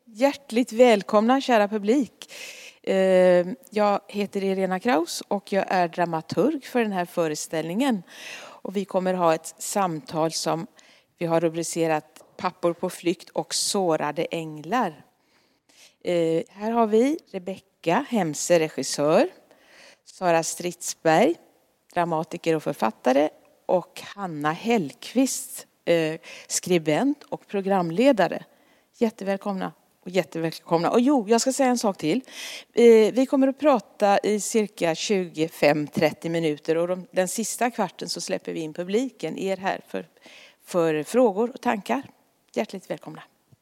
Hjärtligt välkomna kära publik. Jag heter Irena Kraus och jag är dramaturg för den här föreställningen. Och vi kommer ha ett samtal som vi har rubricerat Pappor på flykt och sårade änglar. Här har vi Rebecka Hemse, regissör, Sara Stridsberg, dramatiker och författare, och Hanna Hellqvist, skribent och programledare. Jättevälkomna. Och jag ska säga en sak till. Vi kommer att prata i cirka 25-30 minuter och den sista kvarten så släpper vi in publiken, er här för frågor och tankar. Hjärtligt välkomna.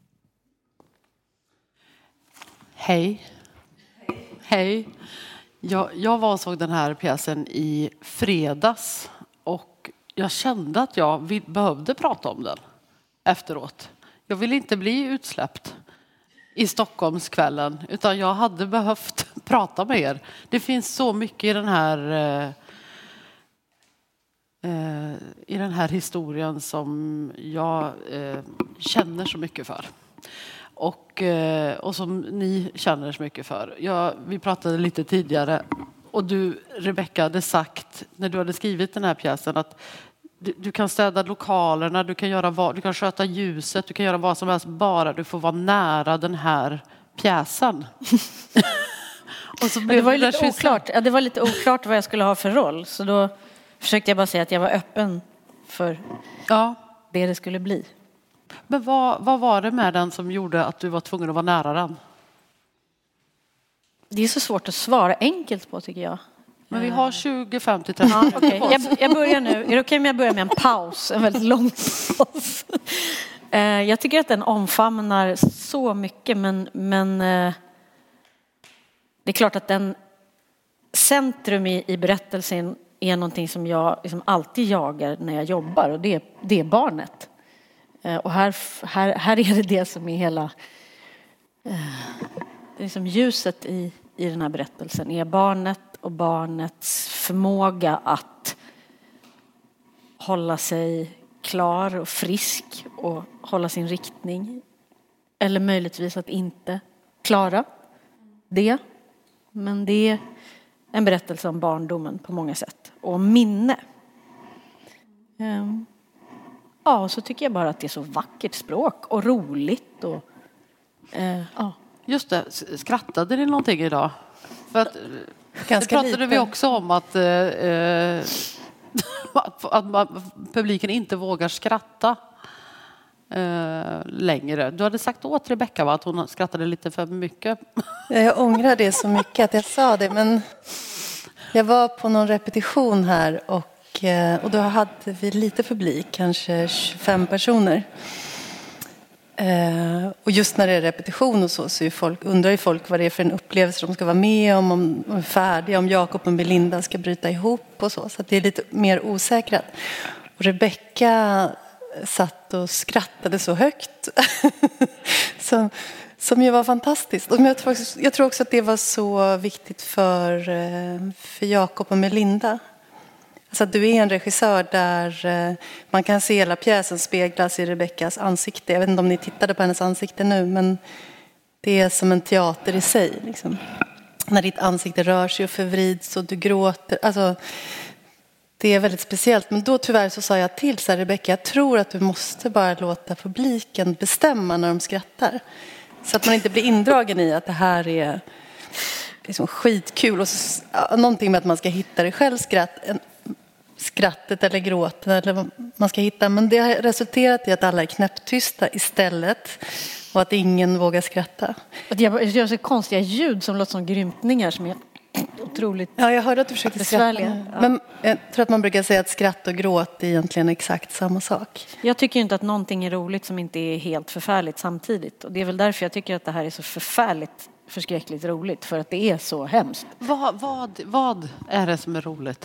Hej. Hej. Jag var och såg den här pjäsen i fredags och jag kände att jag behövde prata om den efteråt. Jag ville inte bli utsläppt i Stockholmskvällen, utan jag hade behövt prata med er. Det finns så mycket i den här historien som jag känner så mycket för. Och som ni känner så mycket för. Vi pratade lite tidigare och du, Rebecka, hade sagt när du hade skrivit den här pjäsen att du kan städa lokalerna, du kan sköta ljuset, du kan göra vad som helst, bara du får vara nära den här pjäsen. Och så det var ju lite oklart. Ja, det var lite oklart vad jag skulle ha för roll, så då försökte jag bara säga att jag var öppen för det skulle bli. Men vad var det med den som gjorde att du var tvungen att vara nära den? Det är så svårt att svara enkelt på, tycker jag. Men vi har 20, 50, 30. Ja, okay. Jag börjar nu. Är det okej om jag börjar med en paus? En väldigt lång paus. Jag tycker att den omfamnar så mycket. Men det är klart att den centrum i berättelsen är någonting som jag liksom alltid jagar när jag jobbar. Och det är barnet. Och här är det som är hela... Det är som ljuset i den här berättelsen är barnet och barnets förmåga att hålla sig klar och frisk och hålla sin riktning. Eller möjligtvis att inte klara det. Men det är en berättelse om barndomen på många sätt. Och minne. Ja, så tycker jag bara att det är så vackert språk och roligt. Och, ja. Just det, skrattade ni någonting idag? För att ganska pratade lite. Vi också om att publiken inte vågar skratta längre. Du hade sagt åt Rebecka att hon skrattade lite för mycket. Jag ångrar det så mycket att jag sa det, men jag var på någon repetition här och då hade vi lite publik, kanske 25 personer. Och just när det är repetition och så undrar ju folk vad det är för en upplevelse de ska vara med om de är färdiga, om Jakob och Belinda ska bryta ihop och så. Så att det är lite mer osäkrat. Och Rebecka satt och skrattade så högt. som ju var fantastiskt. Och jag tror också att det var så viktigt för Jakob och Belinda. Alltså att du är en regissör där man kan se hela pjäsen speglas i Rebeckas ansikte. Jag vet inte om ni tittade på hennes ansikte nu, men det är som en teater i sig. Liksom. När ditt ansikte rör sig och förvrids och du gråter. Alltså, det är väldigt speciellt. Men då tyvärr så sa jag till så här, Rebecka, jag tror att du måste bara låta publiken bestämma när de skrattar. Så att man inte blir indragen i att det här är liksom skitkul. Och så, någonting med att man ska hitta det själv, skrattet eller gråten eller vad man ska hitta. Men det har resulterat i att alla är knäpptysta istället och att ingen vågar skratta. Jag gör så konstiga ljud som låter som grymtningar som är otroligt. Ja, jag hörde att du försökte skratta. Ja. Men jag tror att man brukar säga att skratt och gråt är egentligen exakt samma sak. Jag tycker inte att någonting är roligt som inte är helt förfärligt samtidigt. Och det är väl därför jag tycker att det här är så förskräckligt roligt. För att det är så hemskt. Vad är det som är roligt?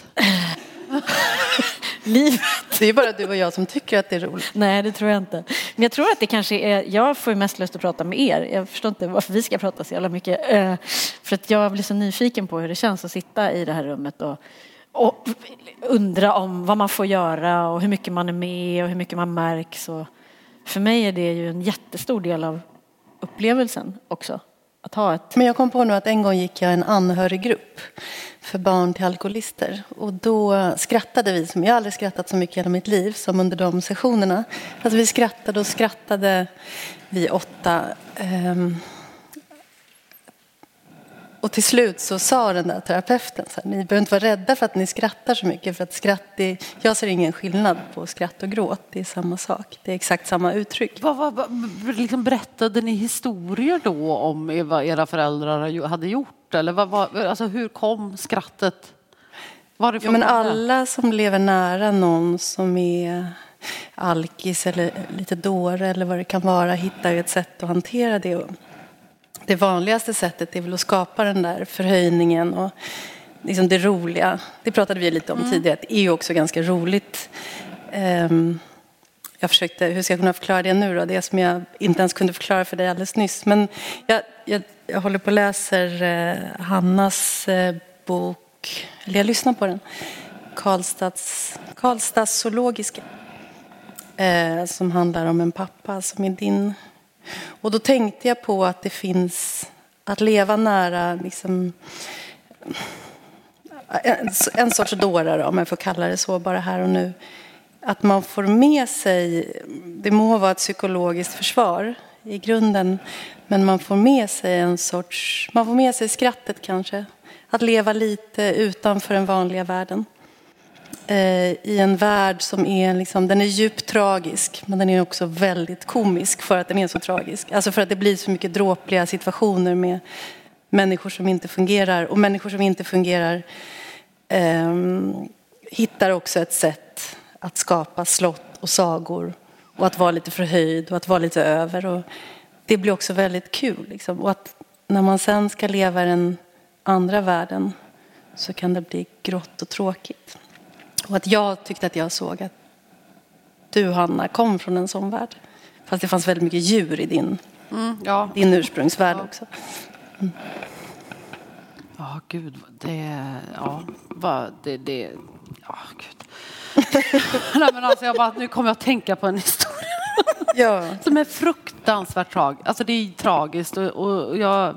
Livet. Det är bara du och jag som tycker att det är roligt. Nej, det tror jag inte. Men jag tror att det kanske är... Jag får ju mest lust att prata med er. Jag förstår inte varför vi ska prata så jävla mycket. För att jag blir så nyfiken på hur det känns att sitta i det här rummet och undra om vad man får göra och hur mycket man är med och hur mycket man märks. Och för mig är det ju en jättestor del av upplevelsen också. Att ha ett... Men jag kom på nu att en gång gick jag en anhöriggrupp för barn till alkoholister. Och då skrattade vi, som jag aldrig skrattat så mycket i hela mitt liv som under de sessionerna. Alltså vi skrattade och skrattade, vi 8. Och till slut så sa den där terapeuten så här, ni behöver inte vara rädda för att ni skrattar så mycket. För att jag ser ingen skillnad på skratt och gråt. Det är samma sak. Det är exakt samma uttryck. Liksom berättade ni historier då om vad era föräldrar hade gjort? Eller alltså hur kom skrattet? Ja, men alla som lever nära någon som är alkis eller lite dåre eller vad det kan vara hittar ju ett sätt att hantera det. Det vanligaste sättet är väl att skapa den där förhöjningen och liksom det roliga. Det pratade vi lite om tidigare. Det är ju också ganska roligt. Jag försökte, hur ska jag kunna förklara det nu då? Det som jag inte ens kunde förklara för dig alldeles nyss. Men jag håller på och läser Hannas bok, eller jag lyssnar på den. Karlstads zoologiska. Som handlar om en pappa som är din. Och då tänkte jag på att det finns att leva nära liksom, en sorts dårar, om jag får kalla det så bara här och nu. Att man får med sig, det må vara ett psykologiskt försvar i grunden, men man får med sig man får med sig skrattet kanske. Att leva lite utanför den vanliga världen. I en värld som är liksom, den är djupt tragisk, men den är också väldigt komisk för att den är så tragisk. Alltså för att det blir så mycket dråpliga situationer med människor som inte fungerar. Och människor som inte fungerar hittar också ett sätt att skapa slott och sagor och att vara lite förhöjd och att vara lite över. Och det blir också väldigt kul. Liksom. Och att när man sen ska leva i den andra världen så kan det bli grått och tråkigt. Och att jag tyckte att jag såg att du, Hanna, kom från en sån värld. Fast det fanns väldigt mycket djur i din ursprungsvärld också. Mm. Ja, gud. Gud. Nej, men alltså nu kommer jag att tänka på en historia. Ja. Som är fruktansvärt tragisk. Alltså det är tragiskt och jag...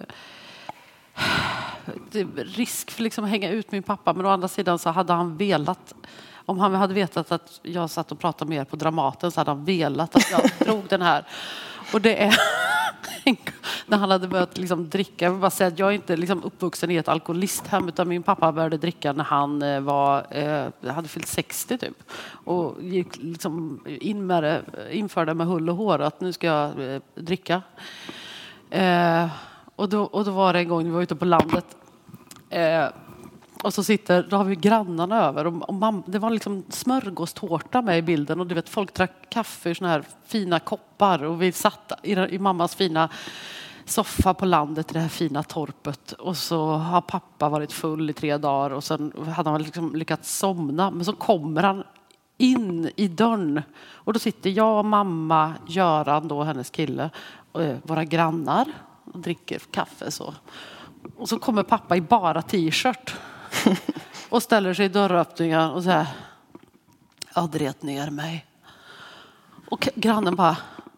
Det är risk för liksom att hänga ut min pappa, men å andra sidan så hade han velat, om han hade vetat att jag satt och pratade med er på Dramaten så hade han velat att jag drog den här. Och det är när han hade börjat liksom dricka. Jag vill bara säga att jag är inte liksom uppvuxen i ett alkoholisthem, utan min pappa började dricka när han hade fyllt 60 typ. Och gick liksom införde med hull och hår att nu ska jag dricka. Och då var det en gång vi var ute på landet. Och så då har vi grannarna över. Och det var liksom smörgåstårta med i bilden. Och du vet, folk drack kaffe i såna här fina koppar. Och vi satt i mammas fina soffa på landet i det här fina torpet. Och så har pappa varit full i 3 dagar. Och sen hade han liksom lyckats somna. Men så kommer han in i dörren. Och då sitter jag, mamma, Göran då, hennes kille. Och våra grannar. Och dricker kaffe så. Och så kommer pappa i bara t-shirt. Och ställer sig i dörröppningen och säger: jag dret ner mig. Och grannen bara: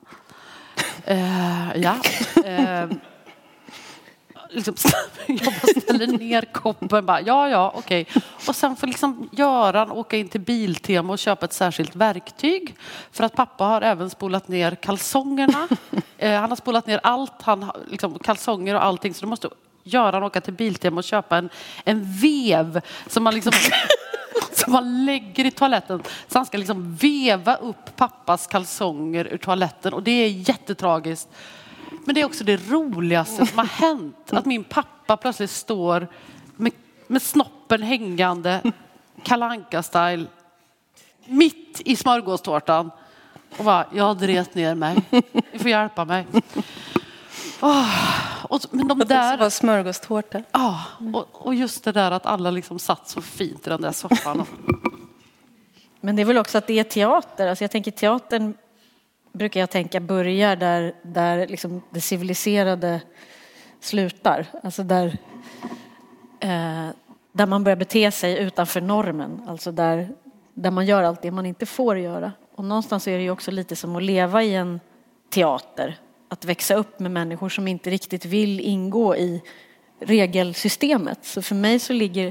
liksom, jag bara ställer ner koppen. Bara, ja, okej. Och sen får liksom Göran åka in till Biltema och köpa ett särskilt verktyg. För att pappa har även spolat ner kalsongerna. Han har spolat ner allt. Liksom, kalsonger och allting. Så då måste Göran åka till Biltema och köpa en vev som man liksom... som man lägger i toaletten. Så han ska liksom veva upp pappas kalsonger ur toaletten. Och det är jättetragiskt. Men det är också det roligaste som har hänt. Att min pappa plötsligt står med snoppen hängande, Kalle Anka-style, mitt i smörgåstårtan. Och bara, jag dret ner mig. Ni får hjälpa mig. Men de där... var smörgåstårta. Ja, och just det där att alla liksom satt så fint i den där soffan. Men det är väl också att det är teater. Alltså jag tänker teatern brukar jag tänka börjar där liksom det civiliserade slutar. Alltså där man börjar bete sig utanför normen. Alltså där man gör allt det man inte får göra. Och någonstans är det ju också lite som att leva i en teater. att växa upp med människor som inte riktigt vill ingå i regelsystemet. Så för mig så ligger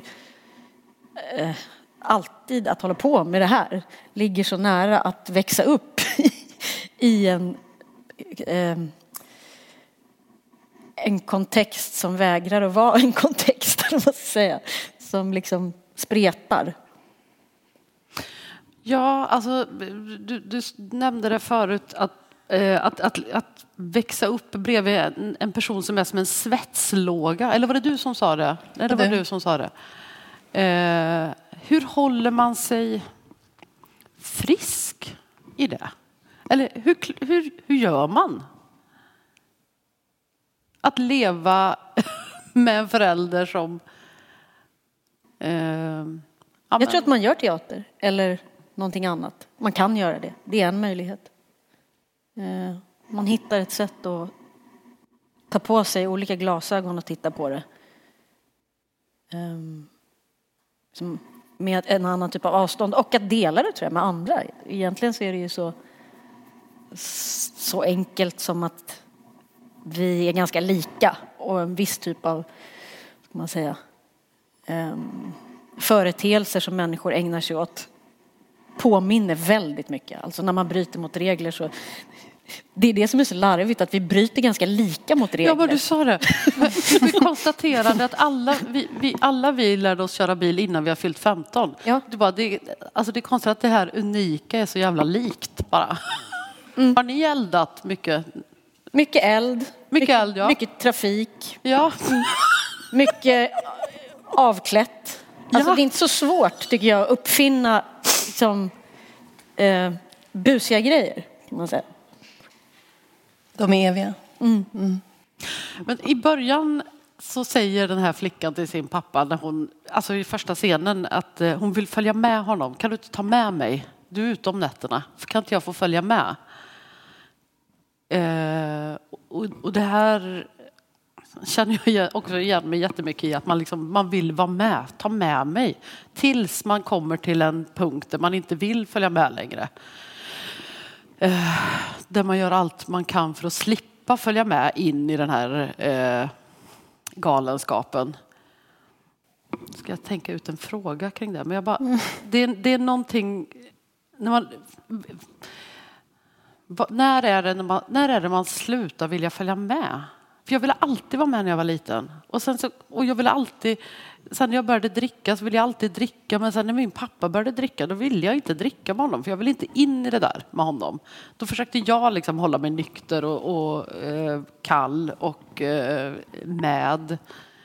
alltid att hålla på med det här ligger så nära att växa upp i en kontext som vägrar att vara en kontext, måste säga, som liksom spretar. Ja, alltså du nämnde det förut att växa upp bredvid en person som är som en svetslåga. Eller var det du som sa det? Nej, det var du som sa det. Hur håller man sig frisk i det? Eller hur gör man? Att leva med en förälder som... Jag tror att man gör teater eller någonting annat. Man kan göra det. Det är en möjlighet. Man hittar ett sätt att ta på sig olika glasögon och titta på det. Med en annan typ av avstånd. Och att dela det, tror jag, med andra. Egentligen så är det ju så enkelt som att vi är ganska lika. Och en viss typ av, ska man säga, företeelser som människor ägnar sig åt påminner väldigt mycket. Alltså när man bryter mot regler så... Det är det som är så larvigt, att vi bryter ganska lika mot regler. Ja, men du sa det. Vi konstaterade att alla vi lärde oss köra bil innan vi har fyllt 15. Ja. Det är konstigt att det här unika är så jävla likt bara. Har ni eldat mycket? Mycket eld. Mycket eld, ja. Mycket trafik. Ja. Mycket avklätt. Alltså Ja. det är inte så svårt, tycker jag, att uppfinna liksom, busiga grejer, kan man säga. De är eviga. Men i början så säger den här flickan till sin pappa, när hon, alltså i första scenen, att hon vill följa med honom. Kan du inte ta med mig? Du är ute om nätterna. Kan inte jag få följa med? Och det här känner jag också igen mig jättemycket i, att man vill vara med, ta med mig, tills man kommer till en punkt där man inte vill följa med längre. Där man gör allt man kan för att slippa följa med in i den här galenskapen. Ska jag tänka ut en fråga kring det? Men det är någonting när man... När är det man slutar vilja följa med? För jag ville alltid vara med när jag var liten. Och jag ville alltid... Sen när jag började dricka så ville jag alltid dricka. Men sen när min pappa började dricka, då ville jag inte dricka med honom. För jag ville inte in i det där med honom. Då försökte jag liksom hålla mig nykter och kall och med.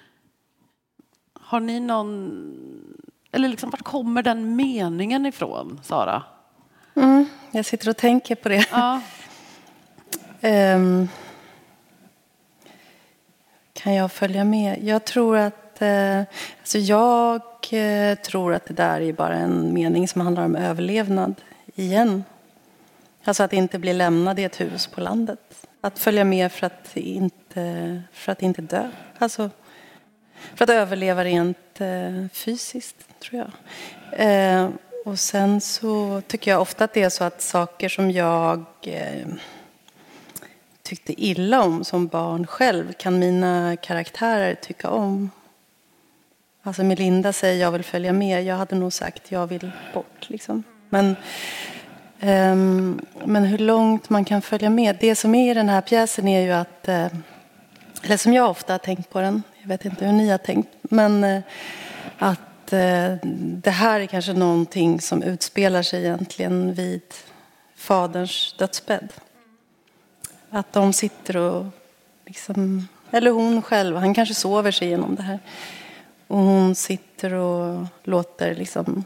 Har ni någon... Eller liksom, vart kommer den meningen ifrån, Sara? Jag sitter och tänker på det. Ja. Kan jag följa med? Jag tror att det där är bara en mening som handlar om överlevnad igen. Alltså att inte bli lämnad i ett hus på landet. Att följa med för att inte dö. Alltså för att överleva rent fysiskt, tror jag. Och sen så tycker jag ofta att det är så att saker som jag tyckte illa om som barn själv kan mina karaktärer tycka om. Alltså Melinda säger jag vill följa med. Jag hade nog sagt jag vill bort. Liksom. Men hur långt man kan följa med. Det som är i den här pjäsen är ju att... eller som jag ofta har tänkt på den. Jag vet inte hur ni har tänkt. Men att det här är kanske någonting som utspelar sig egentligen vid faderns dödsbädd. Att de sitter och liksom, eller hon själv, han kanske sover sig igenom det här. Och hon sitter och låter liksom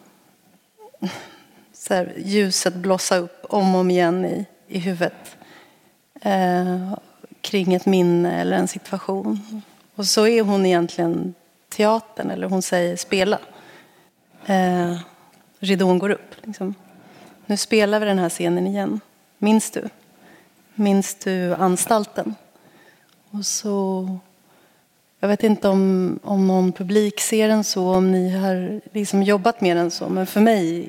så här, ljuset blossa upp om och om igen i huvudet. Kring ett minne eller en situation. Och så är hon egentligen teatern, eller hon säger spela. Ridån går upp. Liksom. Nu spelar vi den här scenen igen. Minns du? Minns du anstalten? Och så... Jag vet inte om någon publik ser den så, om ni har liksom jobbat med den så. Men för mig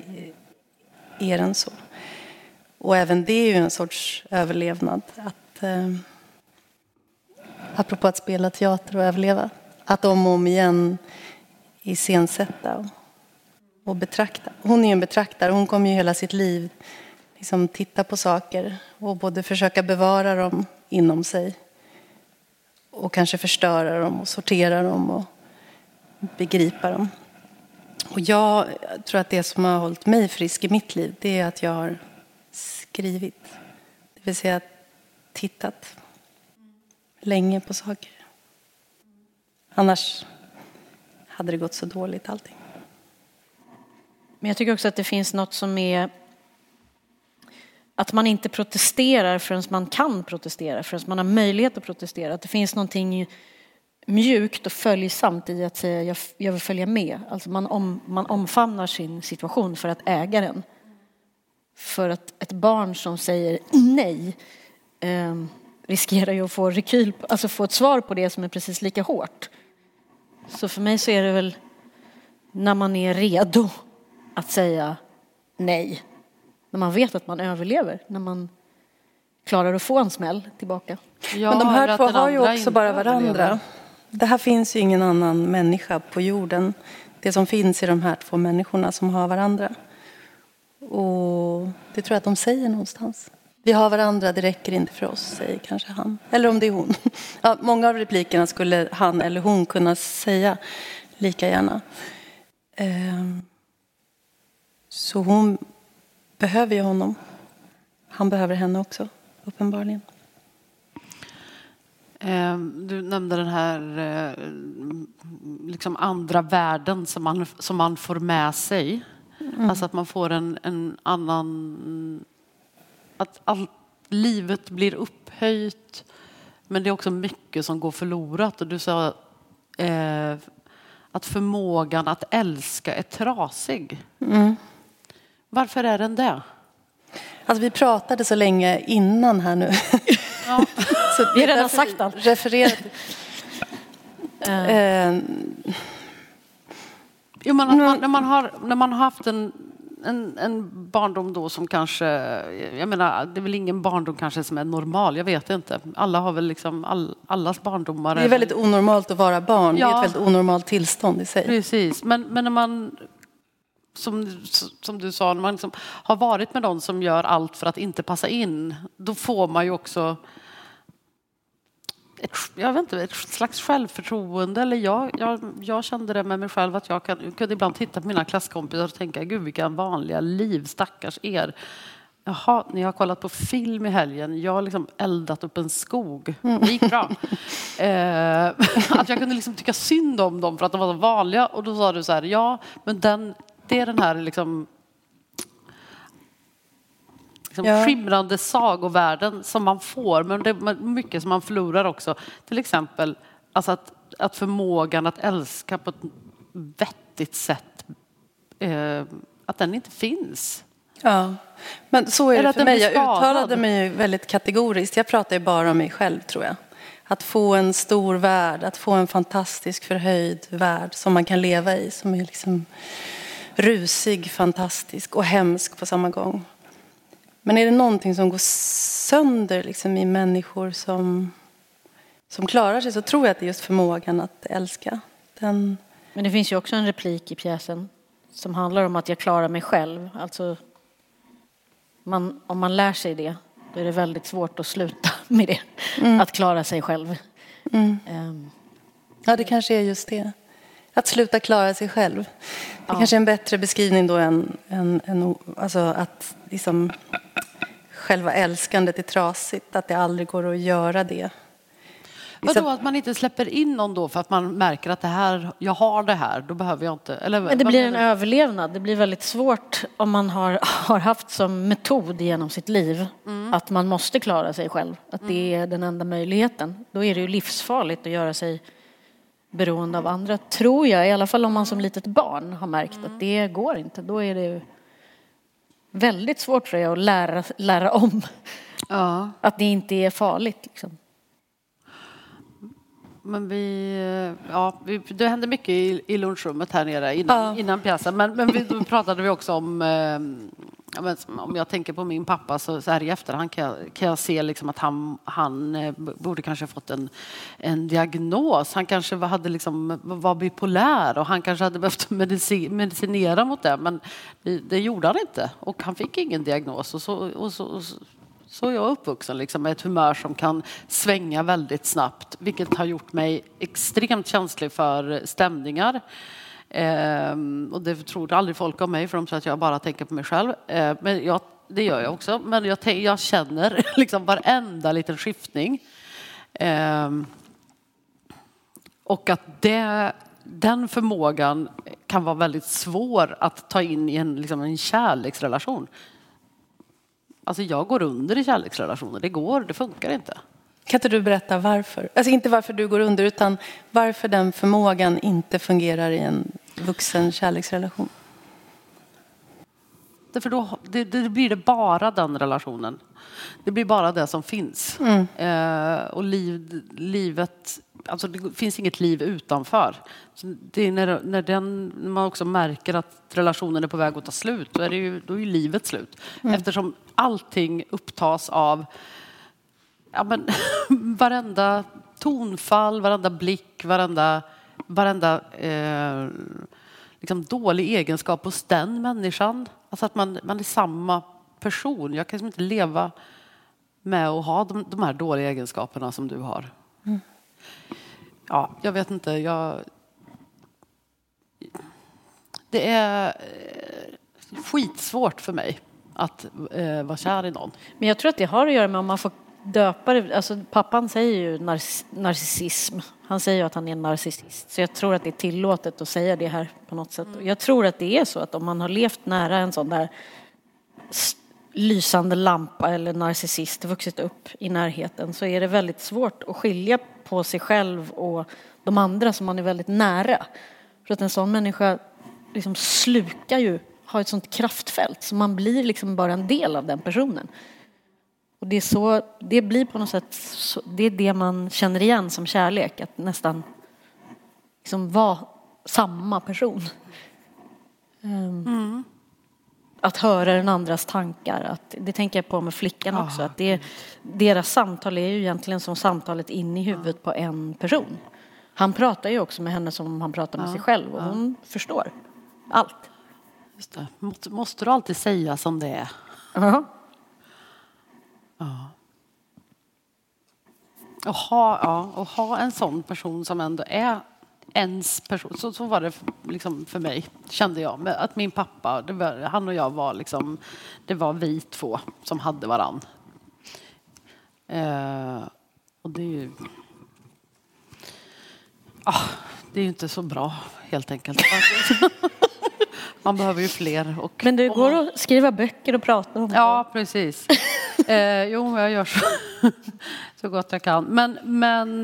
är den så. Och även det är ju en sorts överlevnad. apropå att spela teater och överleva. Att om igen iscensätta och betrakta. Hon är ju en betraktare. Hon kommer ju hela sitt liv liksom titta på saker och både försöka bevara dem inom sig och kanske förstöra dem och sortera dem och begripa dem. Och jag tror att det som har hållit mig frisk i mitt liv, det är att jag har skrivit. Det vill säga tittat länge på saker. Annars hade det gått så dåligt allting. Men jag tycker också att det finns något som är att man inte protesterar förrän man kan protestera, förrän man har möjlighet att protestera. Att det finns någonting mjukt och följsamt i att säga jag vill följa med. Alltså man omfamnar sin situation för att äga den. För att ett barn som säger nej riskerar ju att få rekyl, alltså få ett svar på det som är precis lika hårt. Så för mig så är det väl när man är redo att säga nej. När man vet att man överlever. När man klarar att få en smäll tillbaka. Ja, men de här två har ju också bara varandra. Överlever. Det här finns ju ingen annan människa på jorden. Det som finns i de här två människorna som har varandra. Och det tror jag att de säger någonstans. Vi har varandra, det räcker inte för oss, säger kanske han. Eller om det är hon. Ja, många av replikerna skulle han eller hon kunna säga lika gärna. Så hon behöver ju honom. Han behöver henne också, uppenbarligen. Du nämnde den här liksom andra världen som man får med sig. Alltså att man får en annan... Att livet blir upphöjt. Men det är också mycket som går förlorat. Och du sa att förmågan att älska är trasig. Varför är den det? Alltså vi pratade så länge innan här nu. Ja. Så vi har redan sagt allt. Refererat. När man har haft en barndom då som kanske, jag menar, det är väl ingen barndom kanske som är normal, jag vet inte. Alla har väl liksom, allas barndomar. Det är väldigt onormalt att vara barn, ja. Det är ett väldigt onormalt tillstånd i sig. Precis, men när man, som du sa, när man liksom har varit med någon som gör allt för att inte passa in, då får man ju också ett slags självförtroende. Eller jag kände det med mig själv att jag kunde ibland titta på mina klasskompisar och tänka, gud vilka vanliga liv, stackars er. Jaha, ni har kollat på film i helgen. Jag har liksom eldat upp en skog. Det gick bra. Att jag kunde liksom tycka synd om dem för att de var så vanliga. Och då sa du så här, ja, men det är den här liksom skimrande sagovärlden som man får, men det är mycket som man förlorar också. Till exempel alltså att förmågan att älska på ett vettigt sätt, att den inte finns. Ja, men så är det för mig. Jag skadad. uttalade mig ju väldigt kategoriskt. Jag pratar ju bara om mig själv, tror jag. Att få en stor värld, att få en fantastisk förhöjd värld som man kan leva i, som är liksom rusig, fantastisk och hemsk på samma gång. Men är det någonting som går sönder liksom i människor som klarar sig, så tror jag att det är just förmågan att älska. Men det finns ju också en replik i pjäsen som handlar om att jag klarar mig själv. Alltså, om man lär sig det, då är det väldigt svårt att sluta med det. Att klara sig själv. Ja, det kanske är just det. Att sluta klara sig själv. Det kanske är en bättre beskrivning då än alltså att liksom, själva älskandet är trasigt. Att det aldrig går att göra det. Vadå, att man inte släpper in någon då för att man märker att jag har det här, då behöver jag inte. Eller, men det blir en överlevnad. Det blir väldigt svårt om man har haft som metod genom sitt liv att man måste klara sig själv. Att det är den enda möjligheten. Då är det ju livsfarligt att göra sig beroende av andra, tror jag. I alla fall om man som litet barn har märkt att det går inte. Då är det väldigt svårt, tror jag, att lära om att det inte är farligt. Liksom. Men det hände mycket i lunchrummet här nere innan pjäsen. Men då pratade vi också Ja, men om jag tänker på min pappa så här i efterhand kan jag se liksom att han borde kanske fått en diagnos. Han kanske var bipolär och han kanske hade behövt medicinera mot det, men det gjorde han inte och han fick ingen diagnos. Och så är jag uppvuxen liksom, med ett humör som kan svänga väldigt snabbt, vilket har gjort mig extremt känslig för stämningar. Och det tror aldrig folk om mig, för de tror att jag bara tänker på mig själv. Men det gör jag också. Men jag känner liksom varenda liten skiftning. Och att den förmågan kan vara väldigt svår att ta in i en kärleksrelation. Alltså jag går under i kärleksrelationer. Det funkar inte. Kan inte du berätta varför? Alltså inte varför du går under, utan varför den förmågan inte fungerar i en vuxen kärleksrelation? Därför då blir det bara den relationen. Det blir bara det som finns. Och livet, alltså det finns inget liv utanför. Så det är när man också märker att relationen är på väg att ta slut, då är livet slut. Eftersom allting upptas av varenda tonfall, varenda blick, varenda liksom dålig egenskap hos den människan. Alltså att man är samma person. Jag kan inte leva med att ha de här dåliga egenskaperna som du har. Ja, jag vet inte. Det är skitsvårt för mig att vara kär i någon. Men jag tror att det har att göra med om man får döpa det. Alltså, pappan säger ju narcissism. Han säger ju att han är en narcissist. Så jag tror att det är tillåtet att säga det här på något sätt. Jag tror att det är så att om man har levt nära en sån där lysande lampa eller narcissist, vuxit upp i närheten, så är det väldigt svårt att skilja på sig själv och de andra som man är väldigt nära. För att en sån människa liksom har ett sånt kraftfält, så man blir liksom bara en del av den personen. Och det är så, det blir på något sätt, det är det man känner igen som kärlek, att nästan liksom vara samma person. Att höra den andras tankar, det tänker jag på med flickan också, att deras samtal är ju egentligen som samtalet in i huvudet på en person. Han pratar ju också med henne som han pratar med sig själv, och hon förstår allt. Just det. Måste du alltid säga som det är? Ja. Och ha en sån person som ändå är ens person. Så var det liksom för mig, kände jag. Att min pappa, han och jag var liksom, det var vi två som hade varann. Och det är ju... det är ju inte så bra, helt enkelt. Man behöver ju fler. Men det går att skriva böcker och prata om det. Ja, precis. Jo, jag gör så gott jag kan. Men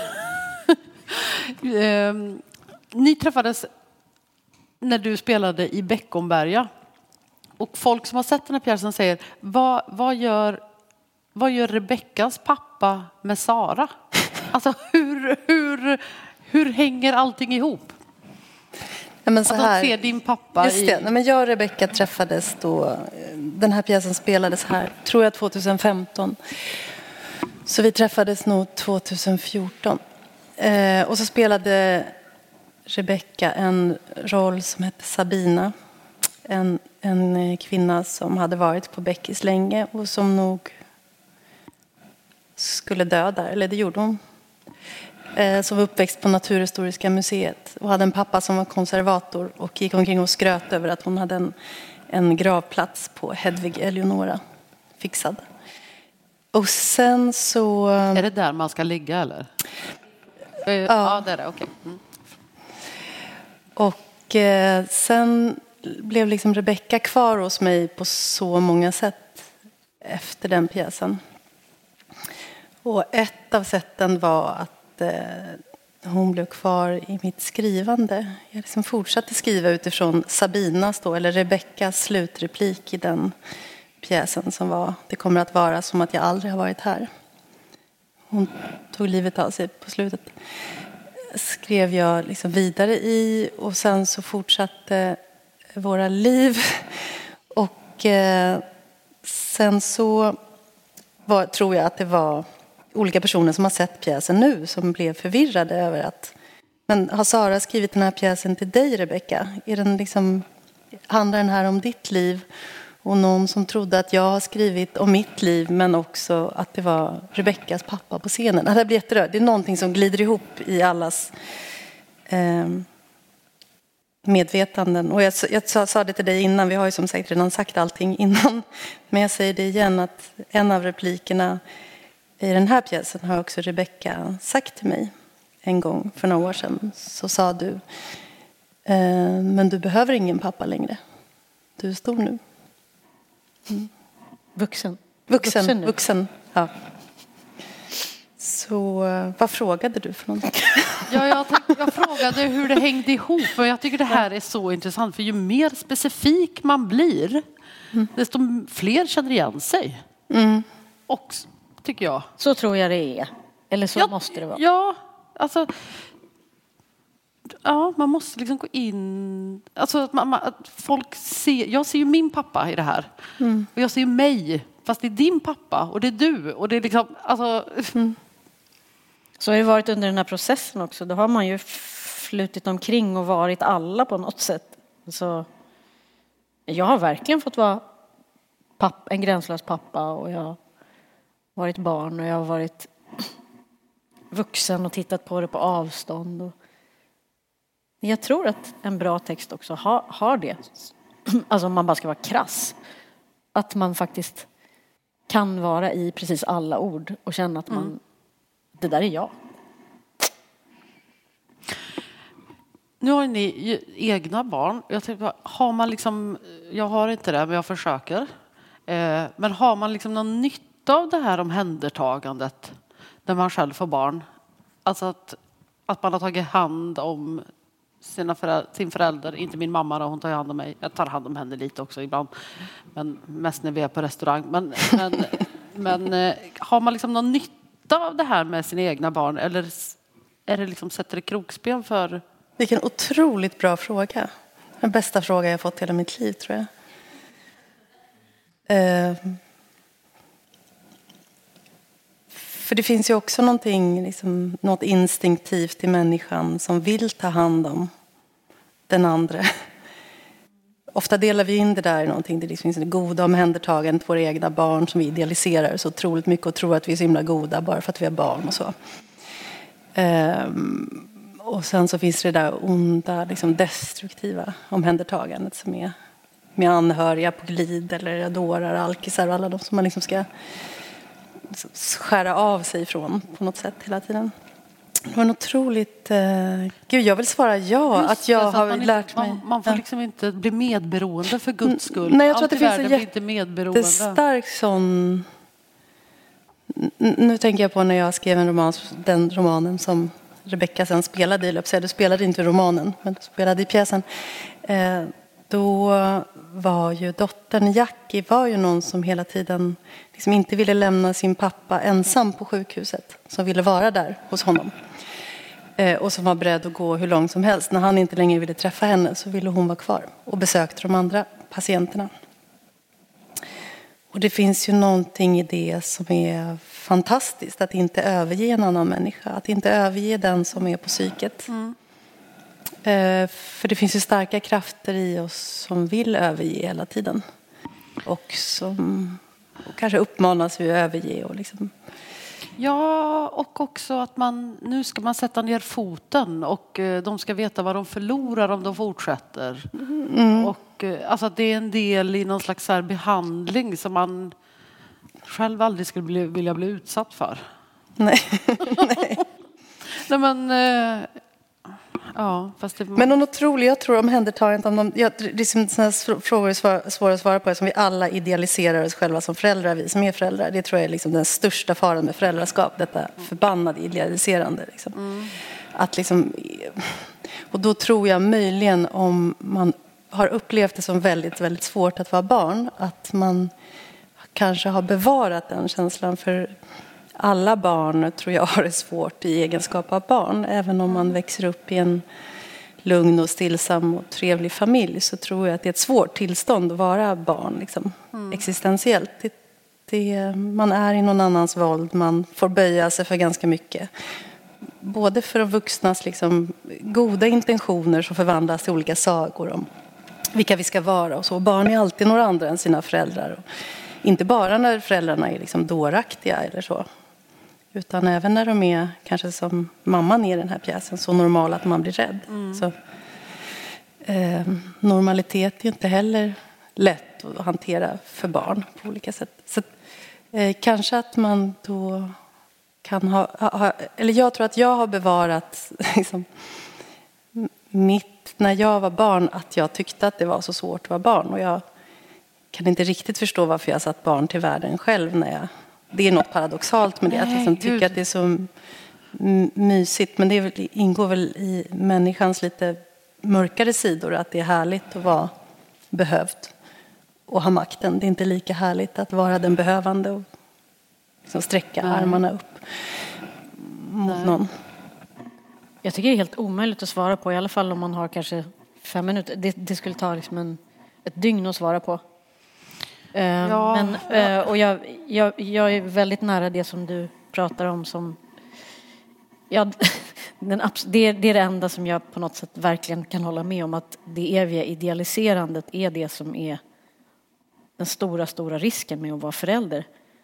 ni träffades när du spelade i Beckomberga. Och folk som har sett den här pjäsen säger, vad gör Rebeckas pappa med Sara? Alltså hur hänger allting ihop? Ja, men så här, att de ser din pappa just det. Nej, men jag och Rebecka träffades då. Den här pjäsen spelades här, tror jag, 2015. Så vi träffades nog 2014. Och så spelade Rebecka en roll som hette Sabina. En kvinna som hade varit på Beckis länge och som nog skulle dö där, eller det gjorde hon. Som var uppväxt på Naturhistoriska museet och hade en pappa som var konservator och gick omkring och skröt över att hon hade en gravplats på Hedvig Eleonora fixad. Och sen så... Är det där man ska ligga, eller? Ja, det är det, okej. Och sen blev liksom Rebecka kvar hos mig på så många sätt efter den pjäsen. Och ett av sätten var att hon blev kvar i mitt skrivande. Jag liksom fortsatte skriva utifrån Sabinas då, eller Rebeckas slutreplik i den pjäsen som var: det kommer att vara som att jag aldrig har varit här. Hon tog livet av sig på slutet. Skrev jag liksom vidare i, och sen så fortsatte våra liv. Och sen så tror jag att det var olika personer som har sett pjäsen nu som blev förvirrade över att men har Sara skrivit den här pjäsen till dig, Rebecka? Handlar den här om ditt liv? Och någon som trodde att jag har skrivit om mitt liv men också att det var Rebeckas pappa på scenen. Det blir jätterörd. Det är någonting som glider ihop i allas medvetanden. Och jag sa det till dig innan, vi har ju som sagt redan sagt allting innan. Men jag säger det igen att en av replikerna i den här pjäsen har också Rebecka sagt till mig en gång för några år sedan. Så sa du, men du behöver ingen pappa längre. Du är stor nu. Mm. Vuxen, ja. Så vad frågade du för någonting? Ja, jag frågade hur det hängde ihop. Och jag tycker det här är så intressant. För ju mer specifik man blir, desto fler känner igen sig. Mm. Och tycker jag. Så tror jag det är. Eller så måste det vara. Ja, alltså... Ja, man måste liksom gå in... Alltså att folk ser... Jag ser ju min pappa i det här. Mm. Och jag ser ju mig. Fast det är din pappa och det är du. Och det är liksom... Alltså... Mm. Så har det varit under den här processen också. Då har man ju flutit omkring och varit alla på något sätt. Så jag har verkligen fått vara en gränslös pappa. Och jag har varit barn och jag har varit vuxen och tittat på det på avstånd. Och jag tror att en bra text också har det. Alltså om man bara ska vara krass. Att man faktiskt kan vara i precis alla ord och känna att man... Det där är jag. Nu har ni egna barn. Har man liksom... Jag har inte det, men jag försöker. Men har man liksom någon nytta av det här omhändertagandet när man själv får barn? Alltså att man har tagit hand om sin förälder, inte min mamma då, hon tar hand om mig. Jag tar hand om henne lite också ibland, men mest när vi är på restaurang. Men har man liksom någon nytta av det här med sina egna barn, eller är det liksom sätter det krokben för? Vilken otroligt bra fråga. Den bästa fråga jag fått hela mitt liv, tror jag. För det finns ju också något instinktivt i människan som vill ta hand om den andra. Ofta delar vi in det där i någonting. Det finns det goda omhändertagandet, våra egna barn som vi idealiserar så otroligt mycket och tror att vi är så himla goda bara för att vi är barn och så. Och sen så finns det där onda, destruktiva omhändertagandet som är med anhöriga på glid eller adorar, alkisar och alla de som man ska skära av sig ifrån på något sätt hela tiden. Det var en otroligt... Gud, jag vill svara ja. Just att jag har lärt mig... Man får liksom inte bli medberoende för Guds skull. Nej, jag tror att det finns en inte medberoende. jättestark sån... Nu tänker jag på när jag skrev den romanen som Rebecka sen spelade i. Du spelade inte romanen, men du spelade i pjäsen. Då var ju dottern Jackie någon som hela tiden inte ville lämna sin pappa ensam på sjukhuset. Som ville vara där hos honom. Och som var beredd att gå hur långt som helst. När han inte längre ville träffa henne så ville hon vara kvar. Och besökte de andra patienterna. Och det finns ju någonting i det som är fantastiskt. Att inte överge en annan människa. Att inte överge den som är på psyket. Mm. För det finns ju starka krafter i oss som vill överge hela tiden. Och som kanske uppmanas vi att överge. Och Ja, och också att nu ska man sätta ner foten. Och de ska veta vad de förlorar om de fortsätter. Mm. Och alltså att det är en del i någon slags här behandling som man själv aldrig skulle vilja bli utsatt för. Nej. Nej, men... Ja, fast Men någon otrolig, jag tror omhändertagandet det är sådana frågor är svåra att svara på som vi alla idealiserar oss själva som föräldrar, vi som är föräldrar. Det tror jag är den största faran med föräldraskap, detta förbannade idealiserande. Att och då tror jag möjligen om man har upplevt det som väldigt, väldigt svårt att vara barn, att man kanske har bevarat den känslan för alla barn tror jag har det svårt i egenskap av barn. Även om man växer upp i en lugn och stillsam och trevlig familj, så tror jag att det är ett svårt tillstånd att vara barn liksom, existentiellt. Man är i någon annans våld, man får böja sig för ganska mycket. Både för de vuxnas liksom, goda intentioner som förvandlas till olika sagor om vilka vi ska vara och så. Barn är alltid några andra än sina föräldrar. Och inte bara när föräldrarna är liksom dåraktiga eller så. Utan även när de är, kanske som mamman är i den här pjäsen, så normal att man blir rädd. Så, normalitet är inte heller lätt att hantera för barn på olika sätt. Så kanske att man då kan ha, eller jag tror att jag har bevarat liksom, när jag var barn, att jag tyckte att det var så svårt att vara barn. Och jag kan inte riktigt förstå varför jag satt barn till världen själv. Det är något paradoxalt med det. Att liksom tycka att det är så mysigt. Men det ingår väl i människans lite mörkare sidor. Att det är härligt att vara behövd och ha makten. Det är inte lika härligt att vara den behövande och liksom sträcka armarna upp mot någon. Jag tycker det är helt omöjligt att svara på. I alla fall om man har kanske 5 minuter. Det skulle ta liksom ett dygn att svara på. Och jag är väldigt nära det som du pratar om. Det är det enda som jag på något sätt verkligen kan hålla med om. Att det eviga idealiserandet är det som är den stora risken med att vara förälder.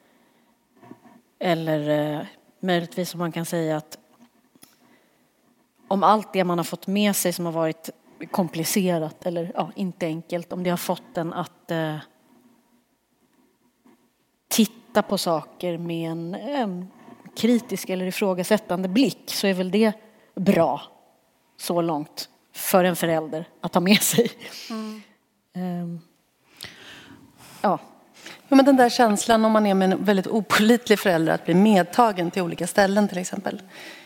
Eller möjligtvis som man kan säga att om allt det man har fått med sig som har varit komplicerat eller inte enkelt, om det har fått en att titta på saker med en kritisk eller ifrågasättande blick, så är väl det bra så långt för en förälder att ha med sig. Ja, men den där känslan om man är med en väldigt opålitlig förälder att bli medtagen till olika ställen till exempel.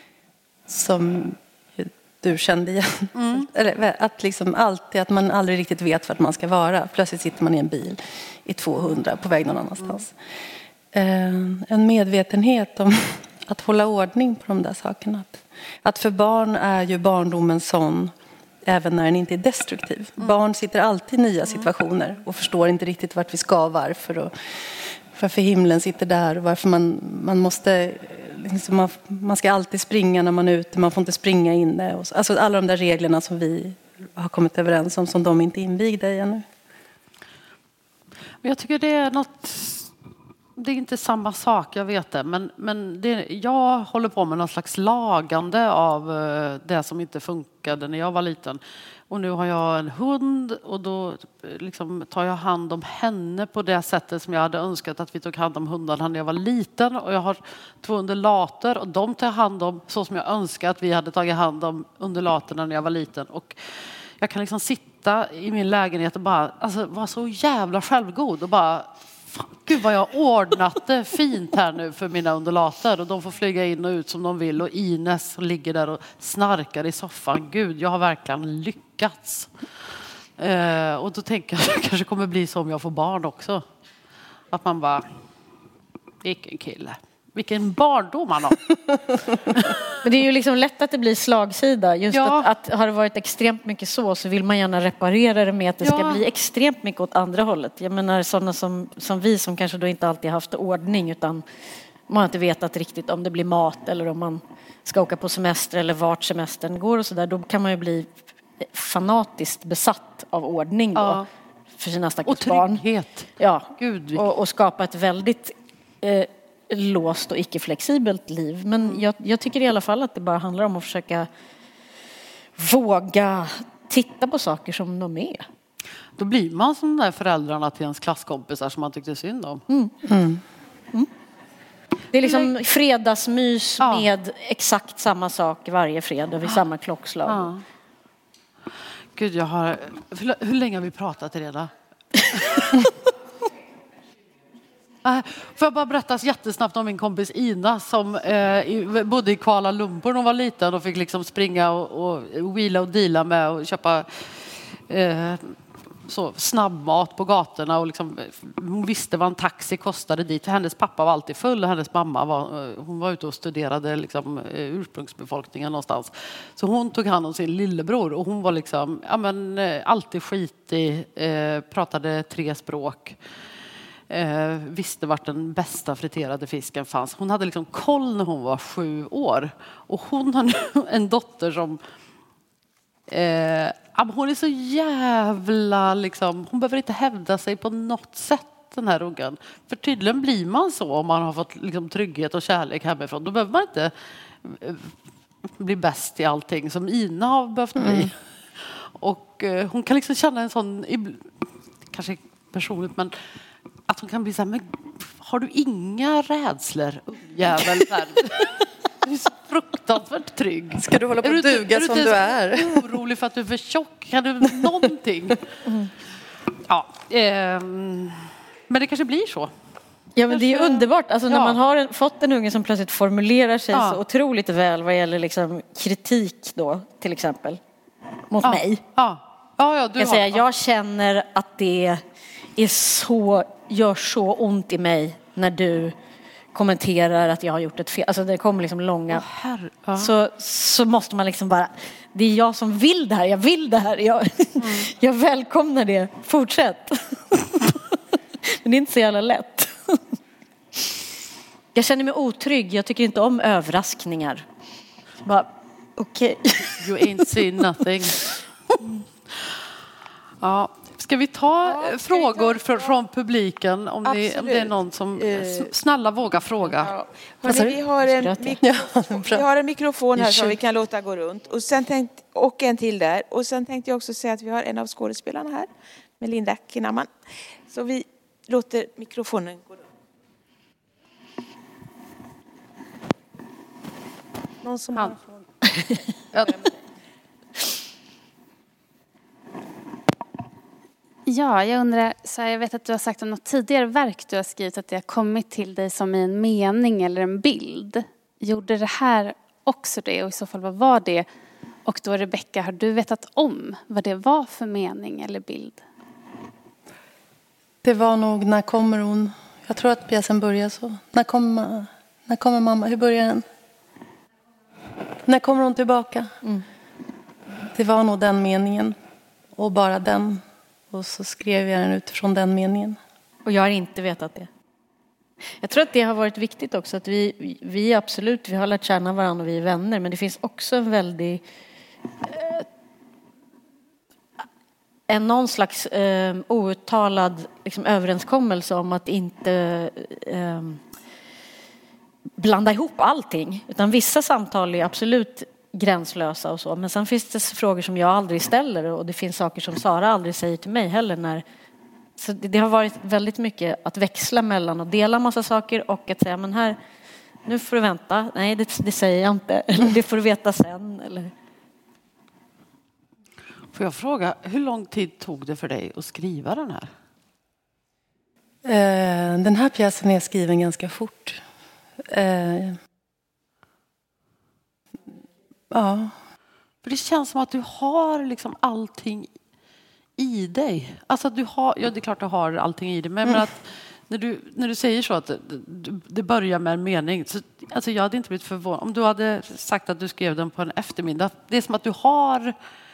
Som du kände igen. Eller att liksom alltid, att man aldrig riktigt vet vart man ska vara. Plötsligt sitter man i en bil i 200 på väg någon annanstans. En medvetenhet om att hålla ordning på de där sakerna. Att för barn är ju barndomen sån även när den inte är destruktiv. Barn sitter alltid i nya situationer och förstår inte riktigt vart vi ska, varför himlen sitter där och varför man måste liksom, man ska alltid springa när man är ute, man får inte springa inne. Alltså alla de där reglerna som vi har kommit överens om som de inte är invigda i ännu. Men jag tycker det är något. Det är inte samma sak, jag vet det. Men jag håller på med någon slags lagande av det som inte funkade när jag var liten. Och nu har jag en hund och då liksom tar jag hand om henne på det sättet som jag hade önskat att vi tog hand om hundarna när jag var liten. Och jag har 2 undulater och de tar hand om så som jag önskar att vi hade tagit hand om undulaterna när jag var liten. Och jag kan liksom sitta i min lägenhet och bara vara så jävla självgod och bara... Gud vad jag har ordnat det fint här nu för mina undulater och de får flyga in och ut som de vill och Ines ligger där och snarkar i soffan. Gud, jag har verkligen lyckats. Och då tänker jag att det kanske kommer bli så om jag får barn också. Att man bara, vilken kille. Vilken barndom man har. Men det är ju liksom lätt att det blir slagsida. Just att har det varit extremt mycket så vill man gärna reparera det med att det ska bli extremt mycket åt andra hållet. Jag menar sådana som vi som kanske då inte alltid haft ordning utan man har inte vetat riktigt om det blir mat eller om man ska åka på semester eller vart semestern går och sådär. Då kan man ju bli fanatiskt besatt av ordning då för sina stackars barn. Och trygghet. Ja, och skapa ett väldigt... låst och icke-flexibelt liv. Men jag tycker i alla fall att det bara handlar om att försöka våga titta på saker som de är. Då blir man som de där föräldrarna till ens klasskompisar som man tyckte synd om. Det är liksom fredagsmys med exakt samma sak varje fredag vid samma klockslag. Gud, hur länge har vi pratat redan? Får jag bara berätta jättesnabbt om min kompis Ina som bodde i Kuala Lumpur när hon var liten och fick liksom springa och wheela och deala med och köpa så snabbmat på gatorna och liksom, hon visste vad en taxi kostade dit. För hennes pappa var alltid full och hennes mamma var ute och studerade liksom, ursprungsbefolkningen någonstans. Så hon tog hand om sin lillebror och hon var liksom, alltid skitig, pratade 3 språk. Visste vart den bästa friterade fisken fanns. Hon hade liksom koll när hon var 7 år. Och hon har nu en dotter som hon är så jävla liksom, hon behöver inte hävda sig på något sätt, den här ungen. För tydligen blir man så om man har fått liksom trygghet och kärlek hemifrån. Då behöver man inte bli bäst i allting som Ina har behövt bli. Och hon kan liksom känna en sån, kanske personligt, men att hon kan bli så här, men har du inga rädslor, jävel? Du är så fruktansvärt trygg. Ska du hålla på att duga som du är? Är du orolig för att du är för tjock? Kan du någonting? Ja, men det kanske blir så. Ja, men det är underbart. Alltså, när man har fått en unge som plötsligt formulerar sig så otroligt väl vad gäller liksom kritik då, till exempel, mot mig. Jag känner att det är gör så ont i mig när du kommenterar att jag har gjort ett fel. Alltså det kommer liksom långa. Så måste man liksom bara, det är jag som vill det här. Jag vill det här. Jag välkomnar det. Fortsätt. Men det är inte så jävla lätt. Jag känner mig otrygg. Jag tycker inte om överraskningar. Bara, okej. You ain't seen nothing. Ja. Ska vi ta frågor från publiken om det är någon som snälla vågar fråga? Ja. Hörrni, vi har en mikrofon här som vi kan låta gå runt. Och en till där. Och sen tänkte jag också säga att vi har en av skådespelarna här, Melinda Kinnaman. Så vi låter mikrofonen gå runt. Någon som har en fråga? Ja, jag undrar, så här, jag vet att du har sagt om något tidigare verk du har skrivit att det har kommit till dig som i en mening eller en bild. Gjorde det här också det, och i så fall vad var det? Och då, Rebecka, har du vetat om vad det var för mening eller bild? Det var nog När kommer hon? Jag tror att pjäsen börjar så. När kommer mamma? Hur börjar den? När kommer hon tillbaka? Det var nog den meningen. Och bara den. Och så skrev jag den utifrån den meningen. Och jag har inte vetat det. Jag tror att det har varit viktigt också. Att vi absolut, vi har lärt känna varandra och vi är vänner. Men det finns också en väldigt... någon slags outtalad liksom, överenskommelse om att inte blanda ihop allting. Utan vissa samtal är absolut gränslösa och så. Men sen finns det frågor som jag aldrig ställer. Och det finns saker som Sara aldrig säger till mig heller. Så det har varit väldigt mycket att växla mellan och dela massa saker. Och att säga, men här, nu får du vänta. Nej, det säger jag inte. Eller det får du veta sen. Eller... Får jag fråga, hur lång tid tog det för dig att skriva den här? Den här pjäsen är skriven ganska fort. Ja. För det känns som att du har liksom allting i dig. Alltså att du har, ja det är klart du har allting i dig, men att när du säger så att det börjar med en mening, så, alltså jag hade inte blivit förvånad om du hade sagt att du skrev den på en eftermiddag. Det är som att du har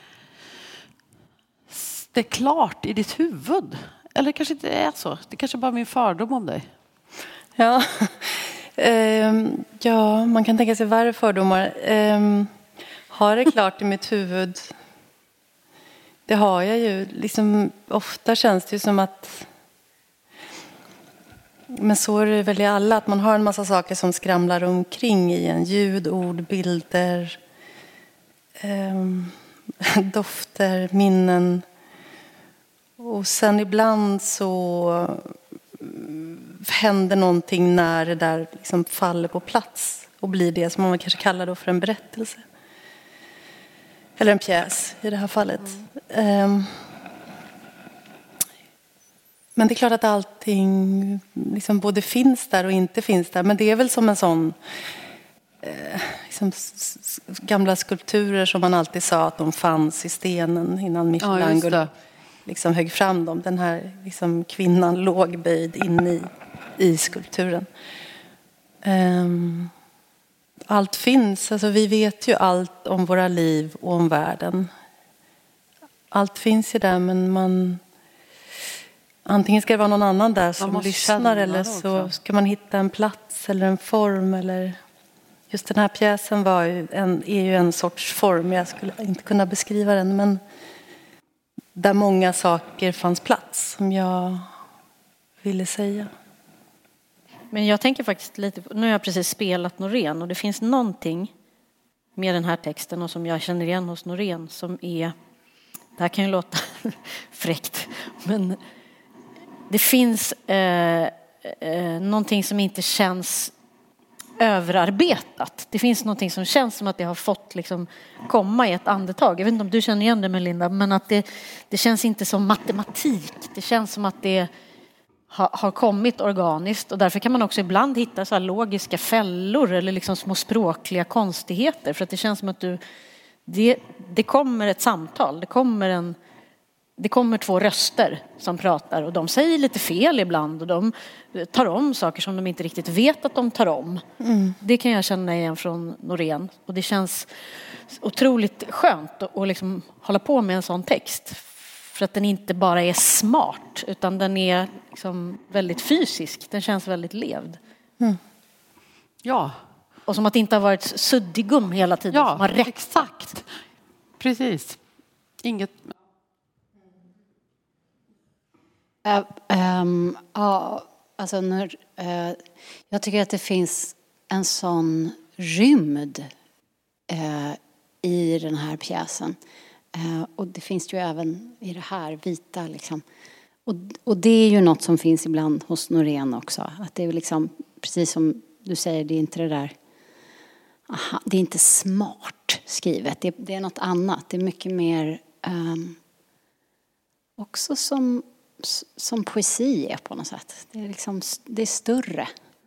det är klart i ditt huvud. Eller kanske inte är så. Det kanske bara är min fördom om dig. Ja, ja, man kan tänka sig värre fördomar. Har det klart i mitt huvud? Det har jag ju. Liksom, ofta känns det ju som att... Men så är det väl i alla. Att man har en massa saker som skramlar omkring i en. Ljud, ord, bilder. Dofter, minnen. Och sen ibland så händer någonting när det där liksom faller på plats. Och blir det som man kanske kallar då för en berättelse. Eller en pjäs i det här fallet. Men det är klart att allting liksom både finns där och inte finns där. Men det är väl som en sån... liksom gamla skulpturer som man alltid sa att de fanns i stenen innan Michelangelo liksom högg fram dem. Den här liksom kvinnan lågböjd in i skulpturen. Allt finns, alltså vi vet ju allt om våra liv och om världen. Allt finns ju där, men antingen ska det vara någon annan där som lyssnar, eller så ska man hitta en plats eller en form. Eller just den här pjäsen är ju en sorts form. Jag skulle inte kunna beskriva den, men där många saker fanns plats som jag ville säga. Men jag tänker faktiskt lite på, nu har jag precis spelat Norén och det finns någonting med den här texten och som jag känner igen hos Norén som är, det här kan ju låta fräckt, men det finns någonting som inte känns överarbetat. Det finns någonting som känns som att det har fått liksom komma i ett andetag. Jag vet inte om du känner igen det, Melinda, men att det känns inte som matematik. Det känns som att det har kommit organiskt, och därför kan man också ibland hitta så här logiska fällor eller liksom små språkliga konstigheter, för att det känns som att det kommer ett samtal, det kommer två röster som pratar och de säger lite fel ibland och de tar om saker som de inte riktigt vet att de tar om. Det kan jag känna igen från Norén, och det känns otroligt skönt att liksom hålla på med en sån text. För att den inte bara är smart, utan den är liksom väldigt fysisk. Den känns väldigt levd. Ja. Och som att det inte har varit suddigum hela tiden. Ja, som har räckt. Exakt. Precis. Inget... Alltså jag tycker att det finns en sån rymd i den här pjäsen. Och det finns ju även i det här vita liksom. Och det är ju något som finns ibland hos Norén också. Att det är liksom, precis som du säger, det är inte det där, det är inte smart skrivet. Det är något annat. Det är mycket mer också som poesi är på något sätt. Det är liksom, det är större.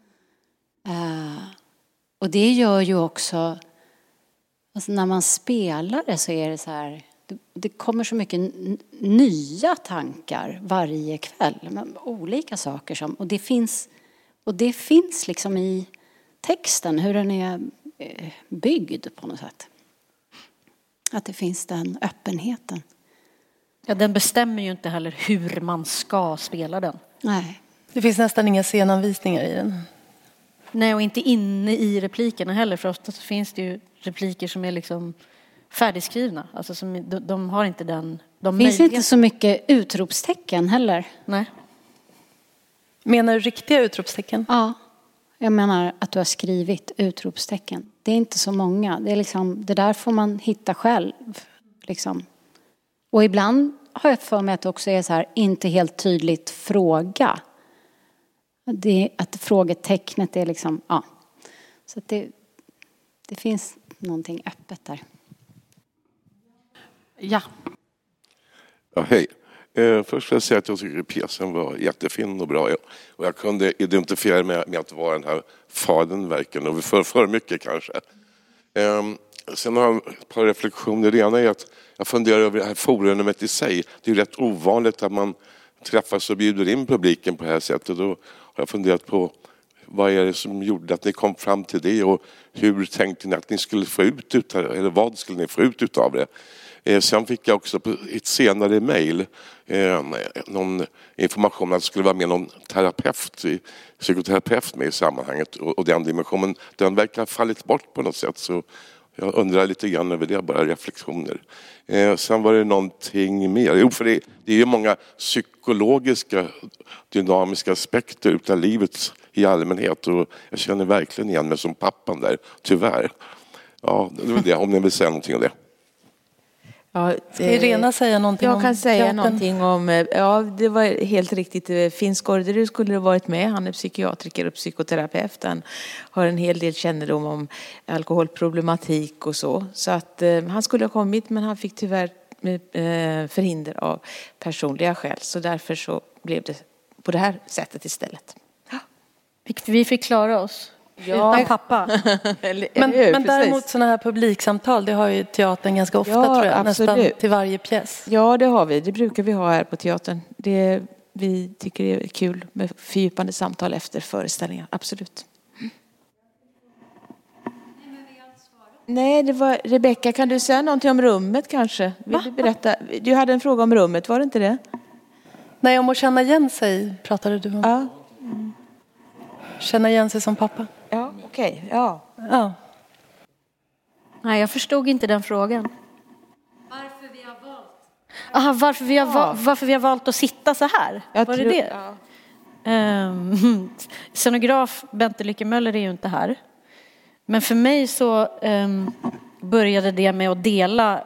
Och det gör ju också, alltså när man spelar det så är det så här, det kommer så mycket nya tankar varje kväll med olika saker som, och det finns liksom i texten hur den är byggd på något sätt. Att det finns den öppenheten. Ja, den bestämmer ju inte heller hur man ska spela den. Nej. Det finns nästan inga scenanvisningar i den. Nej, och inte inne i replikerna heller, för ofta så finns det ju repliker som är liksom färdigskrivna. Alltså som, de har inte den... Det finns inte så mycket utropstecken heller. Nej. Menar du riktiga utropstecken? Ja, jag menar att du har skrivit utropstecken. Det är inte så många. Det är liksom, det där får man hitta själv. Liksom. Och ibland har jag för mig att det också är så här, inte helt tydligt fråga. Att frågetecknet är liksom, ja. Så att det finns någonting öppet där. Ja. Ja, hej. Först vill jag säga att jag tycker att pjäsen var jättefin och bra. Och jag kunde identifiera mig med att vara den här fadern verkligen. Och för mycket kanske. Sen har jag ett par reflektioner. Det ena är att jag funderar över det här forumet i sig. Det är rätt ovanligt att man träffas och bjuder in publiken på det här sättet. Då har jag funderat på vad är det som gjorde att ni kom fram till det, och hur tänkte ni att ni skulle få ut utav det, eller vad skulle ni få ut utav det? Sen fick jag också på ett senare mejl någon information att det skulle vara med någon psykoterapeut med i sammanhanget, och den dimensionen, den verkar ha fallit bort på något sätt, så jag undrar lite grann över det, bara reflektioner. Sen var det någonting mer. Jo, för det är ju många psykologiska, dynamiska aspekter utav livet i allmänhet, och jag känner verkligen igen mig som pappan där, tyvärr. Ja, det var det, om ni vill säga någonting om det. Ja, Irena säga någonting jag om kan säga teatern. någonting om, ja det var helt riktigt, Finn Skårderud skulle ha varit med, han är psykiatriker och psykoterapeut, han har en hel del kännedom om alkoholproblematik och så att han skulle ha kommit, men han fick tyvärr förhinder av personliga skäl, så därför så blev det på det här sättet istället. Vi fick klara oss Utan pappa. Men däremot sådana här publiksamtal, det har ju teatern ganska ofta, tror jag. Absolut. Nästan till varje pjäs. Ja, det har vi. Det brukar vi ha här på teatern. Vi tycker det är kul med fördjupande samtal efter föreställningar. Absolut. Nej, det var Rebecka. Kan du säga någonting om rummet kanske? Vill du berätta? Du hade en fråga om rummet, var det inte det? Nej, om att känna igen sig pratade du om. Ja. Känna igen sig som pappa. Ja, okej. Ja. Nej, jag förstod inte den frågan. Varför vi har valt? Aha, varför vi har valt att sitta så här? Var det det? Ja. Scenograf Bente Lycke-Möller är ju inte här. Men för mig så började det med att dela...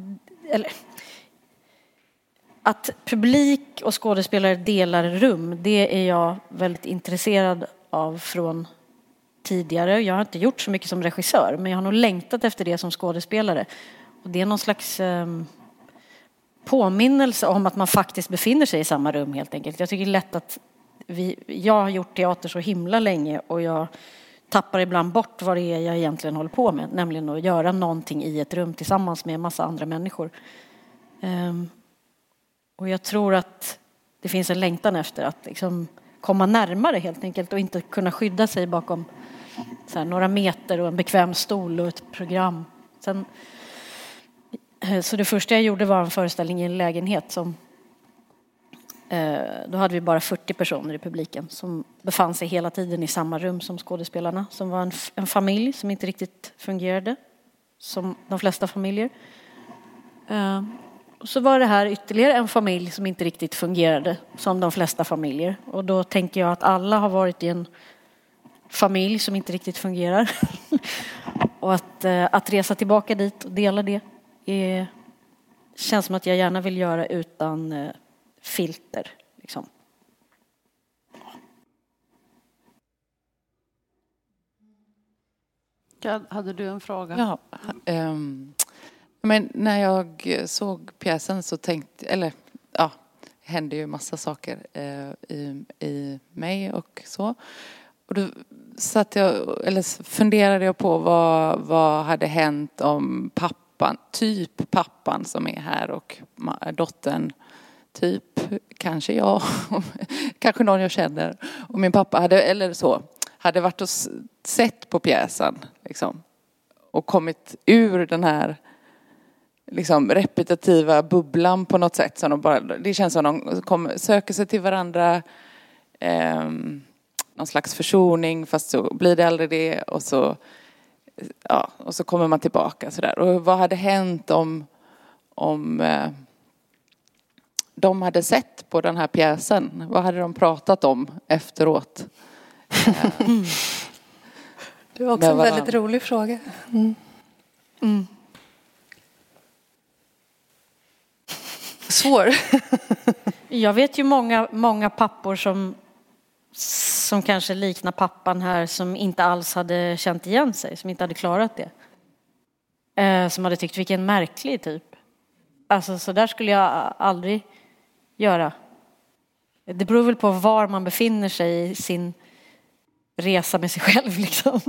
Att publik och skådespelare delar rum, det är jag väldigt intresserad av från tidigare. Jag har inte gjort så mycket som regissör, men jag har nog längtat efter det som skådespelare. Och det är någon slags påminnelse om att man faktiskt befinner sig i samma rum helt enkelt. Jag tycker det är lätt att jag har gjort teater så himla länge och jag tappar ibland bort vad det är jag egentligen håller på med. Nämligen att göra någonting i ett rum tillsammans med en massa andra människor. Och jag tror att det finns en längtan efter att liksom komma närmare helt enkelt och inte kunna skydda sig bakom så här, några meter och en bekväm stol och ett program. Så det första jag gjorde var en föreställning i en lägenhet som då hade vi bara 40 personer i publiken som befann sig hela tiden i samma rum som skådespelarna, som var en familj som inte riktigt fungerade som de flesta familjer. Och så var det här ytterligare en familj som inte riktigt fungerade som de flesta familjer. Och då tänker jag att alla har varit i en familj som inte riktigt fungerar. Och att resa tillbaka dit och dela det känns som att jag gärna vill göra utan filter. Liksom. Hade du en fråga? Ja, men när jag såg pjäsen så tänkte, det hände ju massa saker i mig och så. Och då funderade jag på vad hade hänt om pappan som är här och dottern, kanske jag, kanske någon jag känner. Och min pappa hade varit och sett på pjäsen liksom, och kommit ur den här liksom repetitiva bubblan på något sätt. Det känns som de söker sig till varandra, någon slags försoning, fast så blir det aldrig det. Och så kommer man tillbaka. Så där. Och vad hade hänt om de hade sett på den här pjäsen? Vad hade de pratat om efteråt? Det var också en väldigt rolig fråga. Svår. Jag vet ju många pappor som kanske liknar pappan här, som inte alls hade känt igen sig, som inte hade klarat det. Som hade tyckt vilken märklig typ. Alltså så där skulle jag aldrig göra. Det beror väl på var man befinner sig i sin resa med sig själv liksom.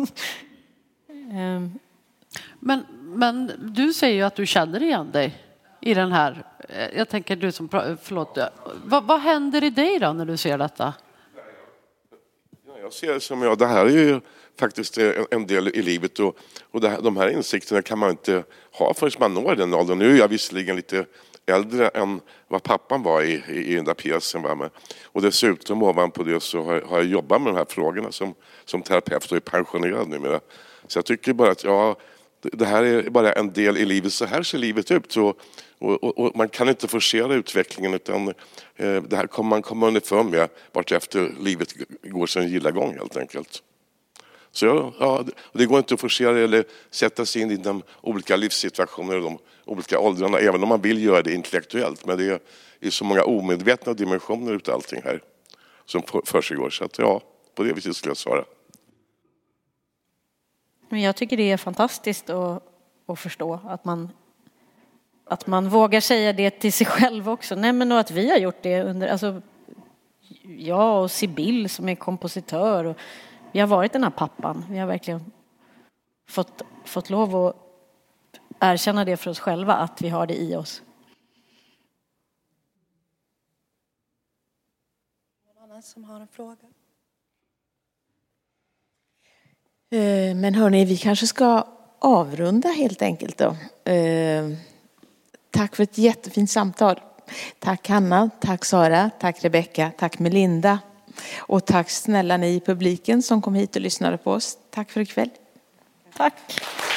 Men du säger ju att du känner igen dig i den här. Jag tänker du som vad händer i dig då när du ser detta? Jag ser det som det här är ju faktiskt en del i livet och de här insikterna kan man inte ha förrän man når den åldern. Nu är jag visserligen lite äldre än vad pappan var i den där pjäsen. Och dessutom ovanpå det så har jag jobbat med de här frågorna som terapeut och är pensionerad numera. Så jag tycker bara att det här är bara en del i livet. Så här ser livet ut. Och man kan inte forcera utvecklingen, utan det här kommer man komma underfund med vart efter livet går sin gilla gång helt enkelt. Så det går inte att forcera eller sätta sig in i de olika livssituationer och de olika åldrarna, även om man vill göra det intellektuellt. Men det är så många omedvetna dimensioner utav allting här som försiggår. Så att på det viset skulle jag svara. Men jag tycker det är fantastiskt att förstå att man vågar säga det till sig själv också. Nej, men att vi har gjort det under, alltså jag och Sibyl som är kompositör och Vi har varit den här pappan. Vi har verkligen fått lov att erkänna det för oss själva, att vi har det i oss. Någon annan som har en fråga? Men hörni, vi kanske ska avrunda helt enkelt då. Tack för ett jättefint samtal. Tack Hanna, tack Sara, tack Rebecka, tack Melinda. Och tack snälla ni i publiken som kom hit och lyssnade på oss. Tack för ikväll. Tack.